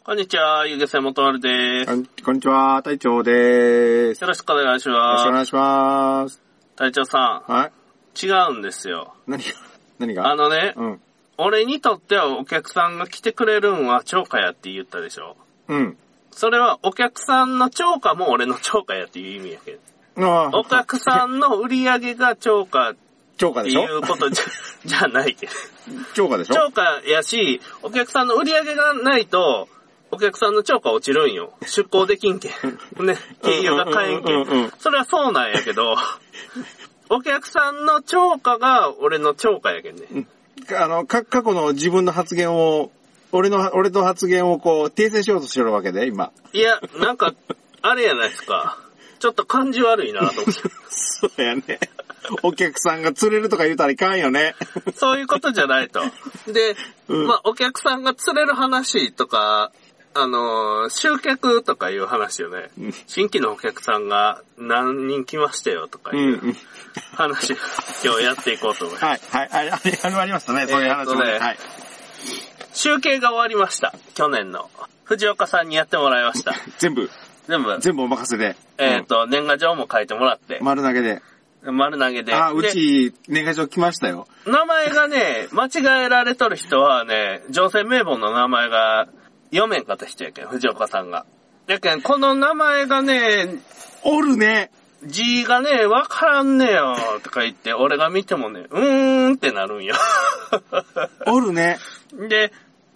こんにちは、ゆげせもとまるです。 こんにちは、隊長です。 よろしくお願いします。 よろしくお願いします。 隊長さん。 はい。 違うんですよ。 何が俺にとってはお客さんが来てくれるんは超過やって言ったでしょ。 うん。 それはお客さんの超過も俺の超過やっていう意味やけど。お客さんの売り上げが超過っていうことじゃないけど。 超過でしょ？ 超過やし、お客さんの売り上げがないと、お客さんの超過落ちるんよ。出向できんけん。ね、経営が買えんけん。それはそうなんやけど、お客さんの超過が俺の超過やけんね。 過去の自分の発言を、俺の発言をこう、訂正しようとしてるわけで、今。 いや、なんか、あれやないですか。ちょっと感じ悪いなと思って。 そうやね。お客さんが釣れるとか言うたらいかんよね。 そういうことじゃないと。で、まあ、お客さんが釣れる話とか、集客とかいう話よね。新規のお客さんが何人来ましたよとかいう話を今日やっていこうと思います。 はい。ありましたね、そういう話もね。はい。 集計が終わりました。去年の。藤岡さんにやってもらいました。 全部お任せで。 年賀状も書いてもらって。 丸投げで。うち、年賀状来ましたよ。 名前がね、間違えられとる人はね、乗船名簿の名前が読めんかった人やけん、藤岡さんが。やけん、この名前がね、 おるね。 字がね、わからんねよ、とか言って、俺が見てもね、ってなるんよ。 おるね。 で、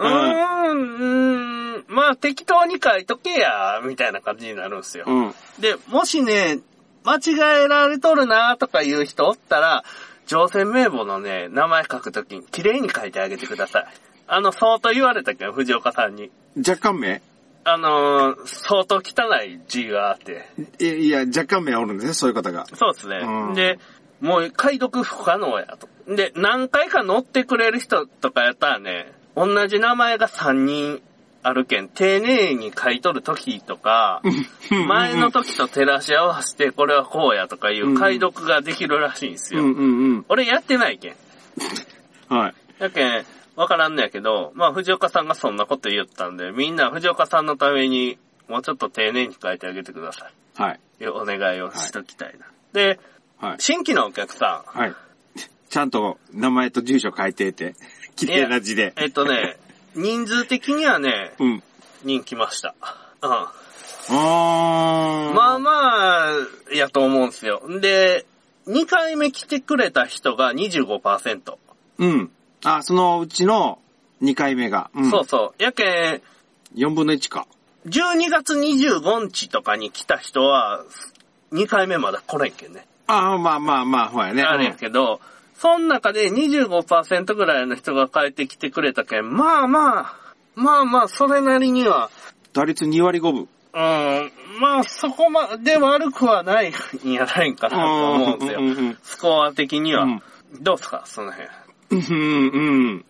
まあ適当に書いとけや、みたいな感じになるんですよ。で、もしね、間違えられとるなとかいう人おったら、乗船名簿のね、名前書くときに綺麗に書いてあげてください。相当言われたけど、藤岡さんに。 若干名？ 相当汚い字があって。 いや、若干名おるんですね、そういう方が。 そうですね。で、もう解読不可能やと。で、何回か乗ってくれる人とかやったらね、同じ名前が3人あるけん、丁寧に書いとる時とか、前の時と照らし合わせてこれはこうやとかいう解読ができるらしいんですよ。俺やってないけん。 はい。 やけん、わからんのやけど、まあ藤岡さんがそんなこと言ったんで、みんな藤岡さんのためにもうちょっと丁寧に書いてあげてください。 はい。 お願いをしときたいな。で、新規のお客さん。 はい。ちゃんと名前と住所書いてて、綺麗な字で。 人数的にはね、人来ました。まあまあ、やと思うんですよ。で、2回目来てくれた人が 25%。 そのうちの2回目が。 そうそう。やけん、 4分の1か。 12月25日とかに来た人は、2回目まだ来れんけんね。 まあ、ほやね。 あれやけど、その中で 25% ぐらいの人が帰ってきてくれたけん、まあ、それなりには。 打率2割5分。 まあ、そこまで悪くはないんやないんかなと思うんですよ。スコア的には。どうすか、その辺。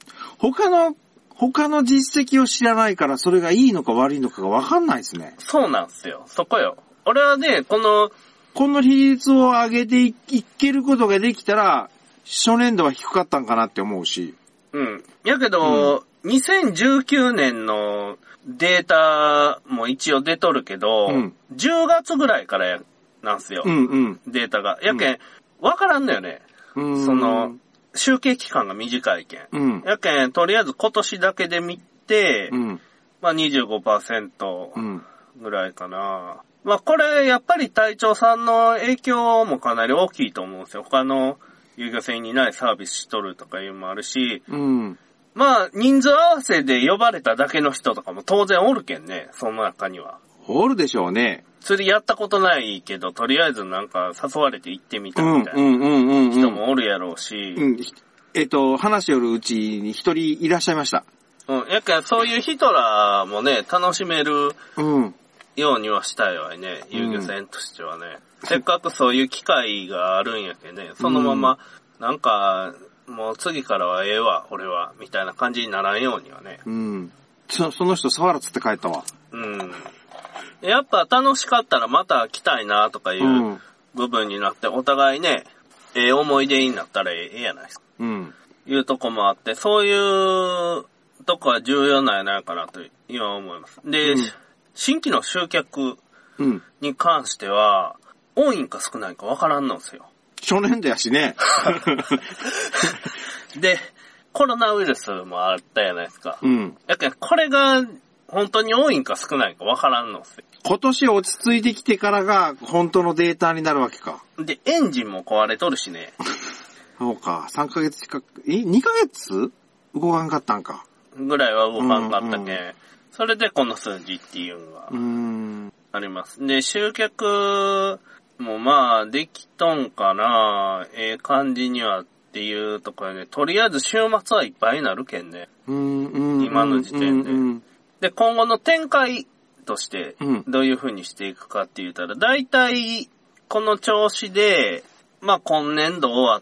他の実績を知らないから、それがいいのか悪いのかがわかんないですね。 そうなんですよ。そこよ。俺はね、この比率を上げていけることができたら、初年度は低かったんかなって思うし。 やけど、2019年のデータも一応出とるけど、10月ぐらいからなんすよ。データが。やけん、わからんのよね。集計期間が短いけん。やけん、とりあえず今年だけで見て、まあ 25% ぐらいかな。まあこれ、やっぱり隊長さんの影響もかなり大きいと思うんですよ。他の遊漁船にないサービスしとるとかいうのもあるし、まあ人数合わせで呼ばれただけの人とかも当然おるけんね、その中には。 おるでしょうね。 釣りやったことないけど、とりあえずなんか誘われて行ってみたみたいな人もおるやろうし。 話しよるうちに一人いらっしゃいました。 やけんそういう人らもね、楽しめるようにはしたいわね、遊漁船としてはね。せっかくそういう機会があるんやけね、そのまま、なんか、もう次からはええわ、俺は、みたいな感じにならんようにはね。 その人、サワラ釣って帰ったわ。 やっぱ楽しかったらまた来たいなとかいう部分になって、お互いね、思い出になったらええやないですか。いうとこもあって、そういうとこは重要なんやないかなと今思います。で、新規の集客に関しては、多いんか少ないんかわからんのですよ。 初年度やしね。 で、コロナウイルスもあったじゃないですか。やけんこれが本当に多いんか少ないんかわからんのですよ。 今年落ち着いてきてからが本当のデータになるわけか。 で、エンジンも壊れとるしね。 そうか、3ヶ月近く、2ヶ月動かんかったんか。 ぐらいは動かんかったけん。それでこの数字っていうのがあります。で、集客もまあできとんかな、感じにはっていうところで、とりあえず週末はいっぱいになるけんね。今の時点で。で、今後の展開としてどういう風にしていくかって言ったら、だいたいこの調子で、まあ今年度終わって、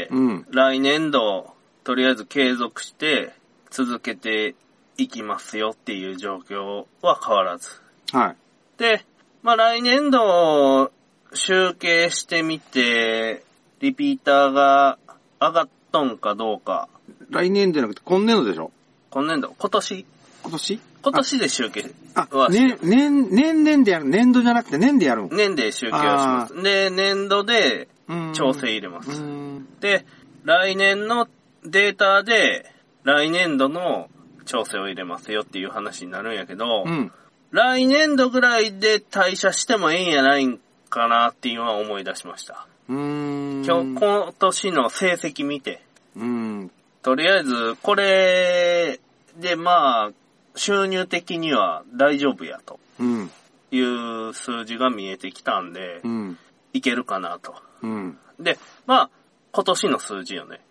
来年度とりあえず継続して続けていきますよっていう状況は変わらず。 はい。 で、まあ来年度集計してみて、リピーターが上がっとんかどうか。 来年度じゃなくて今年度でしょ？ 今年度、今年今年で集計は年でやる。年度じゃなくて年でやる。 年で集計をします。で、年度で調整入れます。で、来年のデータで来年度の調整を入れますよっていう話になるんやけど、来年度ぐらいで退社してもええんやないんかなっていうのは思い出しました。今年の成績見て、とりあえずこれでまあ収入的には大丈夫やという数字が見えてきたんで、いけるかなと。で、まあ今年の数字よね。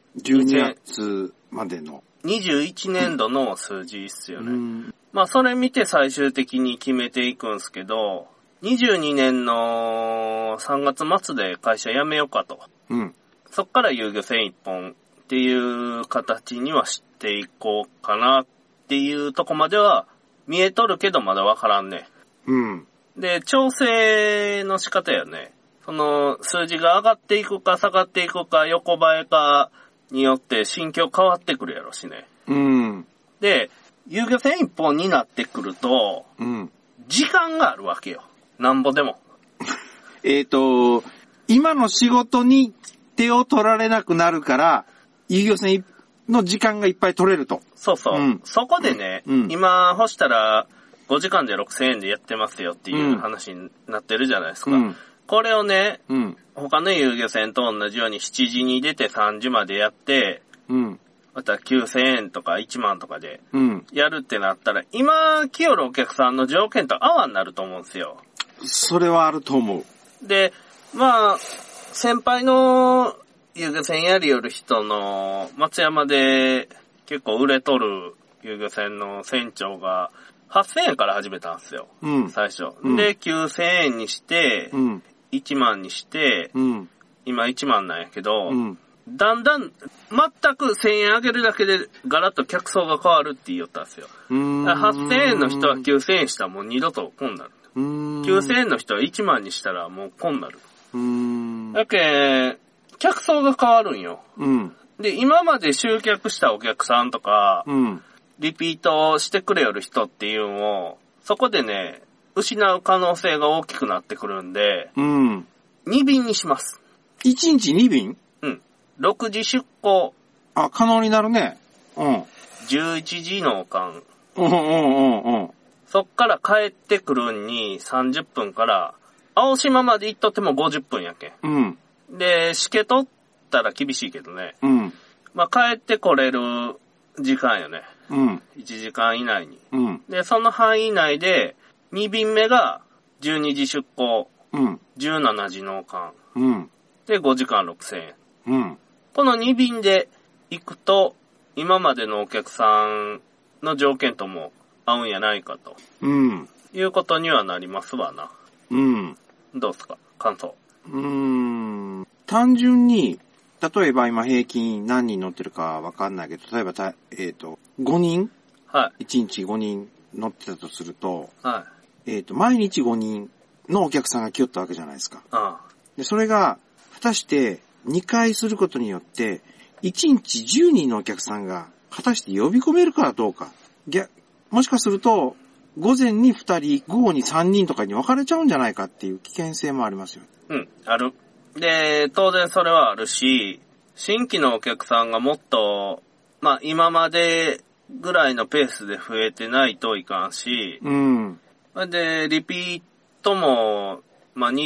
12月までの。 21年度の数字っすよね。まあそれ見て最終的に決めていくんすけど、22年の3月末で会社辞めようかと。そっから遊漁船一本っていう形にはしていこうかなっていうとこまでは見えとるけどまだわからんね。で、調整の仕方やね。その数字が上がっていくか下がっていくか横ばいかによって心境変わってくるやろしね。で、遊漁船一本になってくると、時間があるわけよ。なんぼでも。 今の仕事に手を取られなくなるから、遊漁船の時間がいっぱい取れると。 そうそう。そこでね、今干したら5時間で6000円でやってますよっていう話になってるじゃないですか。これをね、他の遊漁船と同じように7時に出て3時までやって、また9000円とか1万とかでやるってなったら、今来よるお客さんの条件と合わんなると思うんですよ。 それはあると思う。で、まあ、先輩の遊漁船やりよる人の松山で結構売れとる遊漁船の船長が8000円から始めたんですよ。最初。で、9000円にして、1万にして、今1万なんやけど、だんだん全く1000円上げるだけでガラッと客層が変わるって言いよったんですよ。8000円の人は9000円したらもう二度とこんなる。9000円の人は1万にしたらもうこんなる。だけ客層が変わるんよ。で、今まで集客したお客さんとか、リピートしてくれよる人っていうのを、そこでね、失う可能性が大きくなってくるんで、2便にします。 1日2便 6時出港。 可能になるね。 11時納艦。そっから帰ってくるに30分から、青島まで行っとっても50分やけん。で、しけとったら厳しいけどね。まあ帰ってこれる時間よね。1時間以内に。で、その範囲内で、2便目が12時出港。17時納艦。で、5時間6000円。この2便で行くと、今までのお客さんの条件とも合うんやないかと。いうことにはなりますわな。どうすか感想。 単純に、例えば今平均何人乗ってるかわかんないけど、例えば5人 ?1 日5人乗ってたとすると、毎日5人のお客さんが来よったわけじゃないですか。でそれが、果たして2回することによって、1日10人のお客さんが果たして呼び込めるかどうか。もしかすると、午前に2人、午後に3人とかに分かれちゃうんじゃないかっていう危険性もありますよ。 うん、ある。で、当然それはあるし、新規のお客さんがもっと、まあ今までぐらいのペースで増えてないといかんし、 うん。 で、リピートも、まあ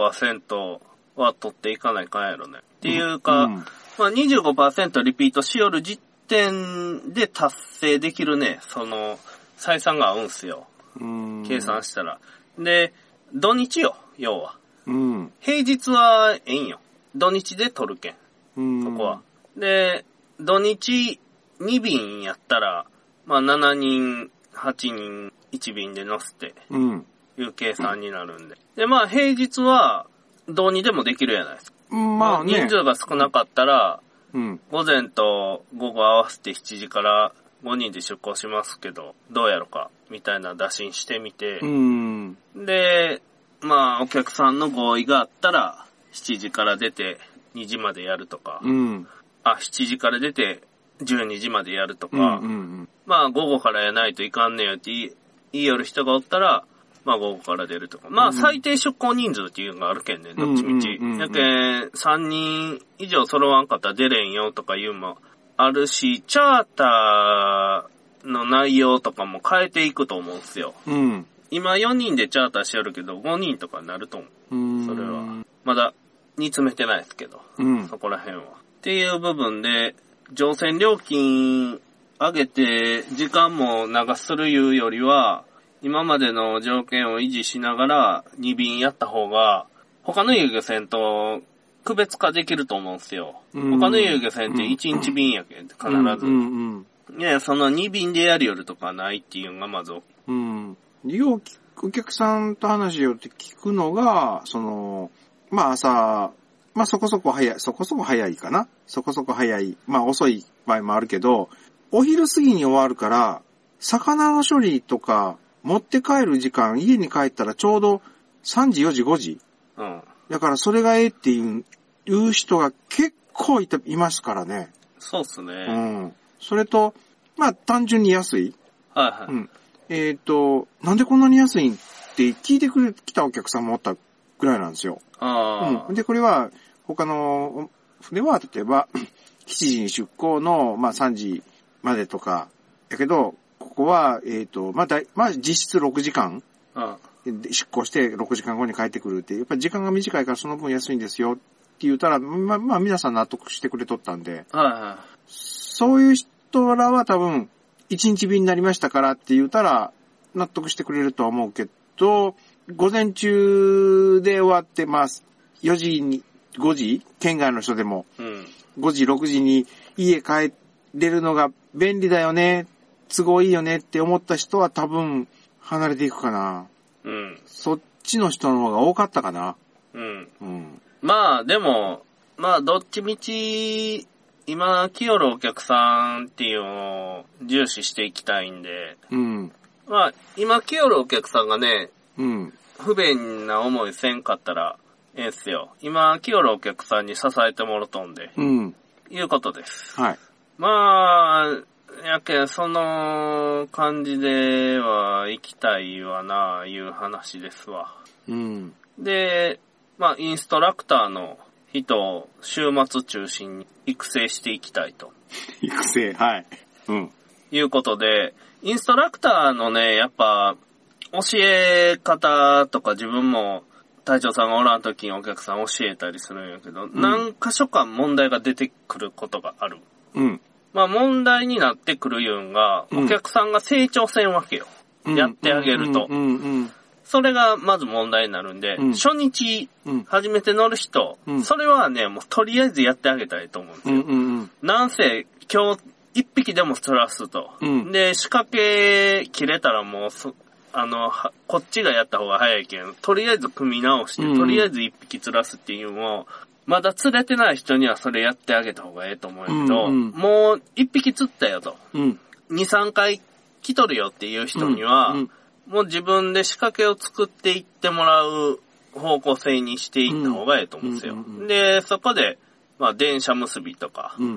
25% は取っていかないかんやろね。っていうか、まあ 25% リピートしよる時点で達成できるね、採算が合うんすよ。計算したら。で、土日よ、要は。平日はええんよ。土日で取るけん。そこは。で、土日2便やったら、まあ7人、8人1便で乗せて、いう計算になるんで。で、まあ平日はどうにでもできるやないですか。 まあね。 人数が少なかったら、午前と午後合わせて7時から5人で出航しますけど、どうやろか、みたいな打診してみて、で、まあ、お客さんの合意があったら、7時から出て2時までやるとか、7時から出て12時までやるとか、まあ、午後からやないといかんねよって言いよる人がおったら、まあ、午後から出るとか。まあ、最低出航人数っていうのがあるけんね、どっちみち。やけん、3人以上揃わんかったら出れんよとかいうのもあるし、チャーターの内容とかも変えていくと思うんすよ。今4人でチャーターしよるけど、5人とかになると思う。それは。まだ煮詰めてないですけど、そこら辺は。っていう部分で、乗船料金上げて時間も長するいうよりは、今までの条件を維持しながら2便やった方が、他の遊漁船と区別化できると思うんですよ。他の遊漁船って1日便やけん、必ず。ね、その2便でやるよるとかないっていうのがまず。 ようお客さんと話をって聞くのが、まあ朝、まあそこそこ早いかな。そこそこ早い。まあ遅い場合もあるけど、お昼過ぎに終わるから、魚の処理とか持って帰る時間、家に帰ったらちょうど3時、4時、5時。だからそれがええっていう人が結構いますからね。 そうっすね。 それと、まあ単純に安い。 はいはい。 なんでこんなに安いんって聞いてきたお客さんもおったぐらいなんですよ。で、これは他の船は例えば7時に出港の、まあ3時までとか、やけど、ここは、まあ実質6時間。出港して6時間後に帰ってくるって、やっぱり時間が短いからその分安いんですよって言ったら、まあ皆さん納得してくれとったんで、そういう人らは多分、1日便になりましたからって言ったら、納得してくれるとは思うけど、午前中で終わって、まあ、4時に、5時県外の人でも、5時、6時に家帰れるのが便利だよね、都合いいよねって思った人は多分、離れていくかな。そっちの人の方が多かったかな。 まあ、でも、まあ、どっちみち、今、来よるお客さんっていうのを重視していきたいんで、まあ、今来よるお客さんがね、不便な思いせんかったら、ええっすよ。今来よるお客さんに支えてもろとんで、いうことです。まあ、やけん、その感じでは行きたいわな、いう話ですわ。で、まあ、インストラクターの人を週末中心に育成していきたいと。 育成、はい。 いうことで、インストラクターのね、やっぱ、教え方とか自分も隊長さんがおらんときにお客さん教えたりするんやけど、何箇所か問題が出てくることがある。まあ問題になってくるいうんが、お客さんが成長せんわけよ。やってあげると。それがまず問題になるんで、初日、初めて乗る人、それはね、もうとりあえずやってあげたいと思うんですよ。なんせ、今日一匹でも釣らすと。で、仕掛け切れたらもう、こっちがやった方が早いけん、とりあえず組み直して、とりあえず一匹釣らすっていうのを、まだ釣れてない人にはそれやってあげた方がええと思うけど、もう一匹釣ったよと。2、3回来とるよっていう人には、もう自分で仕掛けを作っていってもらう方向性にしていった方がいいと思うんですよ。で、そこで、まあ電車結びとか、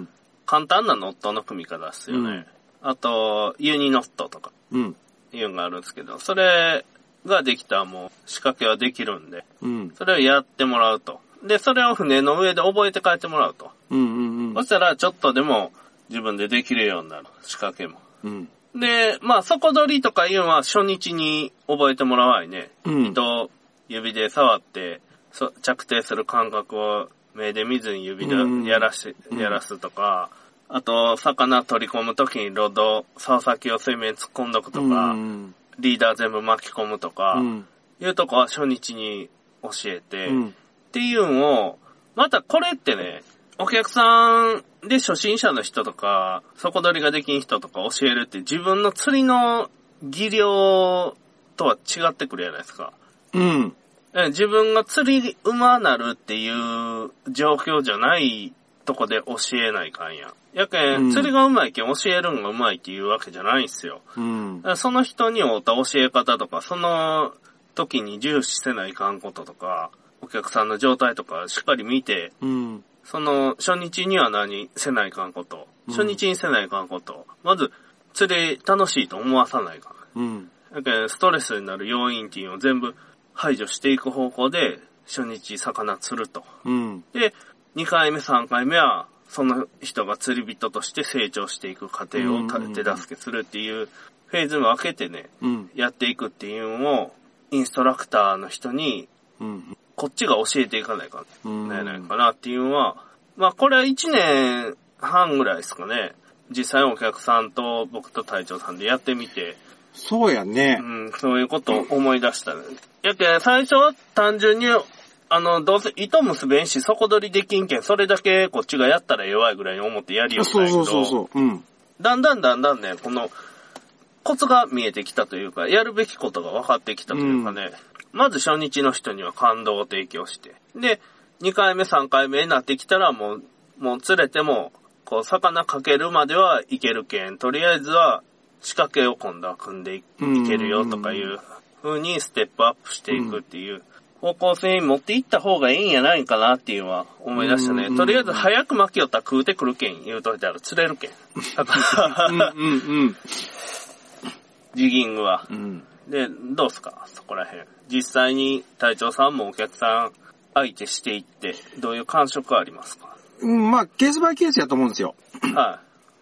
簡単なノットの組み方ですよね。あと、ユニノットとか、いうのがあるんですけど、それができたらもう仕掛けはできるんで、それをやってもらうと。で、それを船の上で覚えて帰ってもらうと。そしたら、ちょっとでも自分でできるようになる。仕掛けも。で、まあ、底取りとかいうのは初日に覚えてもらわないね。糸、指で触って、着底する感覚を目で見ずに指でやらすとか、あと、魚取り込むときにロッド、竿先を水面突っ込んどくとか、リーダー全部巻き込むとか、いうとこは初日に教えて、っていうのを、またこれってね、お客さんで初心者の人とか、底取りができん人とか教えるって自分の釣りの技量とは違ってくるじゃないですか。自分が釣り上手なるっていう状況じゃないとこで教えないかんや。やけん、釣りが上手いけん教えるんが上手いっていうわけじゃないんすよ。その人に合った教え方とか、その時に重視せないかんこととか、お客さんの状態とかしっかり見て、その初日には何せないかんこと、初日にせないかんこと、まず釣り楽しいと思わさないかん。やけん、ストレスになる要因っていうのを全部排除していく方向で、初日魚釣ると。で、2回目、3回目は、その人が釣り人として成長していく過程を手助けするっていうフェーズも分けてね、やっていくっていうのを、インストラクターの人に、こっちが教えていかないかないかなっていうのは、まあこれは1年半ぐらいですかね。実際お客さんと僕と隊長さんでやってみて。 そうやね。 そういうことを思い出したね。やけ最初は単純に、どうせ糸結べんし、底取りできんけん、それだけこっちがやったら弱いぐらいに思ってやりよったんやけど。そう。だんだんね、この、コツが見えてきたというか、やるべきことが分かってきたというかね、まず初日の人には感動を提供して、で、2回目、3回目になってきたらもう釣れても、こう、魚かけるまではいけるけん、とりあえずは仕掛けを今度は組んでいけるよとかいう風にステップアップしていくっていう方向性に持っていった方がいいんやないかなっていうのは思い出したね。とりあえず早く巻きよったら食うてくるけん言うといたら釣れるけん。ジギングは。で、どうすかそこら辺。実際に隊長さんもお客さん相手していって、どういう感触ありますか？ まあ、ケースバイケースやと思うんですよ。 はい。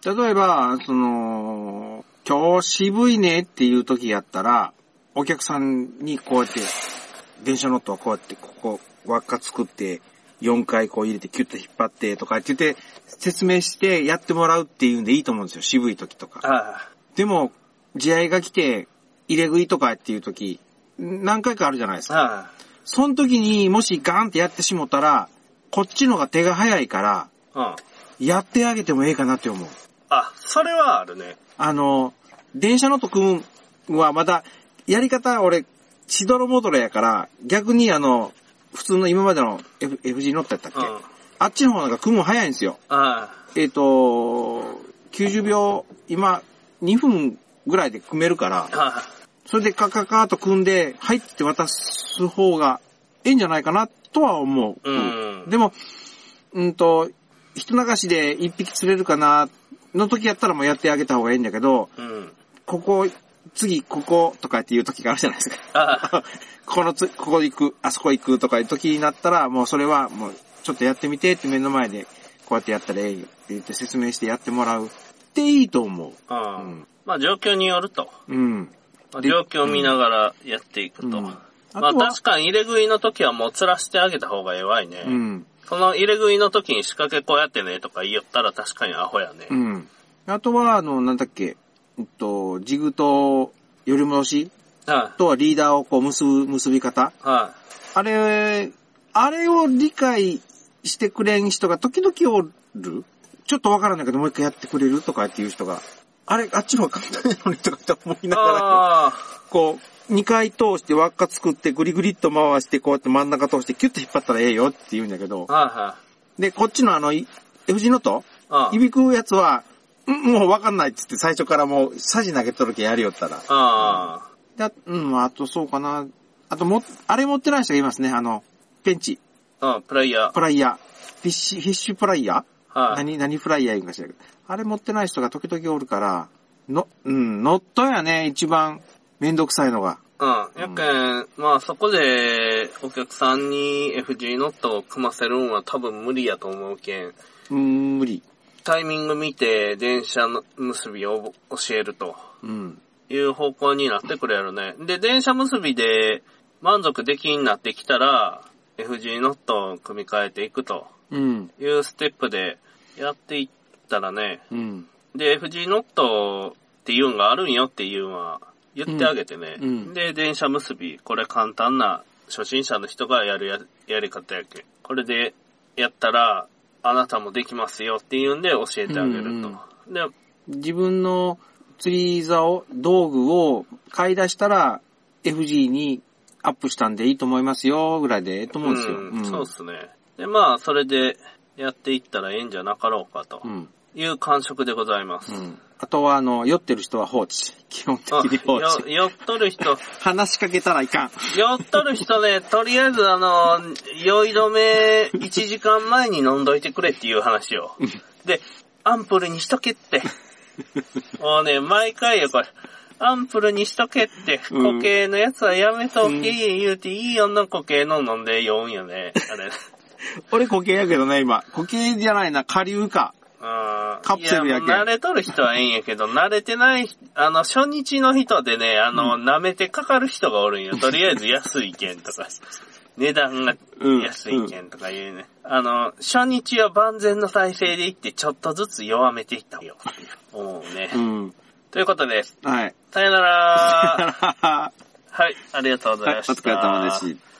例えば、今日渋いねっていう時やったら、お客さんにこうやって、電車ノットをこうやって、ここ輪っか作って、4回こう入れてキュッと引っ張ってとかって言って、説明してやってもらうっていうんでいいと思うんですよ。渋い時とか。でも、地合が来て、入れ食いとかっていう時、何回かあるじゃないですか。その時にもしガーンってやってしもたら、こっちのが手が早いから、やってあげてもええかなって思う。 それはあるね。 電車のと組むはまだ、やり方俺、しどろもどろやから、逆に普通の今までの FG ノットやったっけ、あっちの方が組む早いんですよ。90秒、今、2分ぐらいで組めるから、それでカカカーと組んで、入って渡す方がいいんじゃないかなとは思う。でも、人流しで一匹釣れるかな、の時やったらもうやってあげた方がいいんだけど、次こことかっていう時があるじゃないですか。ここ行く、あそこ行くとかいう時になったら、もうそれはもうちょっとやってみてって目の前でこうやってやったらええって言って説明してやってもらうっていいと思う。 まあ状況によると。状況を見ながらやっていくと。まあ確かに入れ食いの時はもう釣らしてあげた方が弱いね。その入れ食いの時に仕掛けこうやってねとか言いよったら確かにアホやね。 あとはなんだっけ、ジグと寄り戻し、とはリーダーをこう結び方、あれを理解してくれん人が時々おる。ちょっとわからないけどもう一回やってくれるとかっていう人が、あっちの方が簡単なのにとかって思いながら、こう、2回通して輪っか作ってグリグリっと回してこうやって真ん中通してキュッと引っ張ったらええよって言うんだけど、で、こっちのFG ノット響くやつは、もうわかんないっつって最初からもうサジ投げとるけやりよったら。あとそうかな。あとあれ持ってない人がいますね。ペンチ。 プライヤー。 フィッシュプライヤはい。 何フライヤー言うんかしら。あれ持ってない人が時々おるから、ノットやね、一番めんどくさいのが。 やけん、まあそこでお客さんに FG ノットを組ませるんは多分無理やと思うけん。 無理。 タイミング見て電車の結びを教えると。いう方向になってくれるね。で、電車結びで満足できになってきたら、FG ノットを組み替えていくと。いうステップでやっていったらね。で、FG ノットっていうんがあるんよっていうのは言ってあげてね。で、電車結び、これ簡単な初心者の人がやるやり方やけん。これでやったら、あなたもできますよっていうんで教えてあげると。で、 自分の釣り竿、道具を買い出したら FG にアップしたんでいいと思いますよぐらいでいいと思うんですよ。 そうですね。で、まあ、それでやっていったらええんじゃなかろうかという感触でございます。 あとは、酔ってる人は放置。基本的に放置。 酔っとる人。 話しかけたらいかん。 酔っとる人ね、とりあえず酔い止め1時間前に飲んどいてくれっていう話を。で、アンプルにしとけって。もうね、毎回よ、これ。アンプルにしとけって。固形のやつはやめとけ、言うていいよな、固形の飲んで酔うんよね。あれ。 俺固形やけどね、今。固形じゃないな、顆粒か。カプセルやけん。 慣れとる人はええんやけど、慣れてない、初日の人でね、舐めてかかる人がおるんよ。とりあえず安いけんとか、値段が安いけんとか言うね。初日は万全の体制で行って、ちょっとずつ弱めていったよ、って思うね。ということで、 はい。 さよなら。はい、ありがとうございました。 お疲れ様です。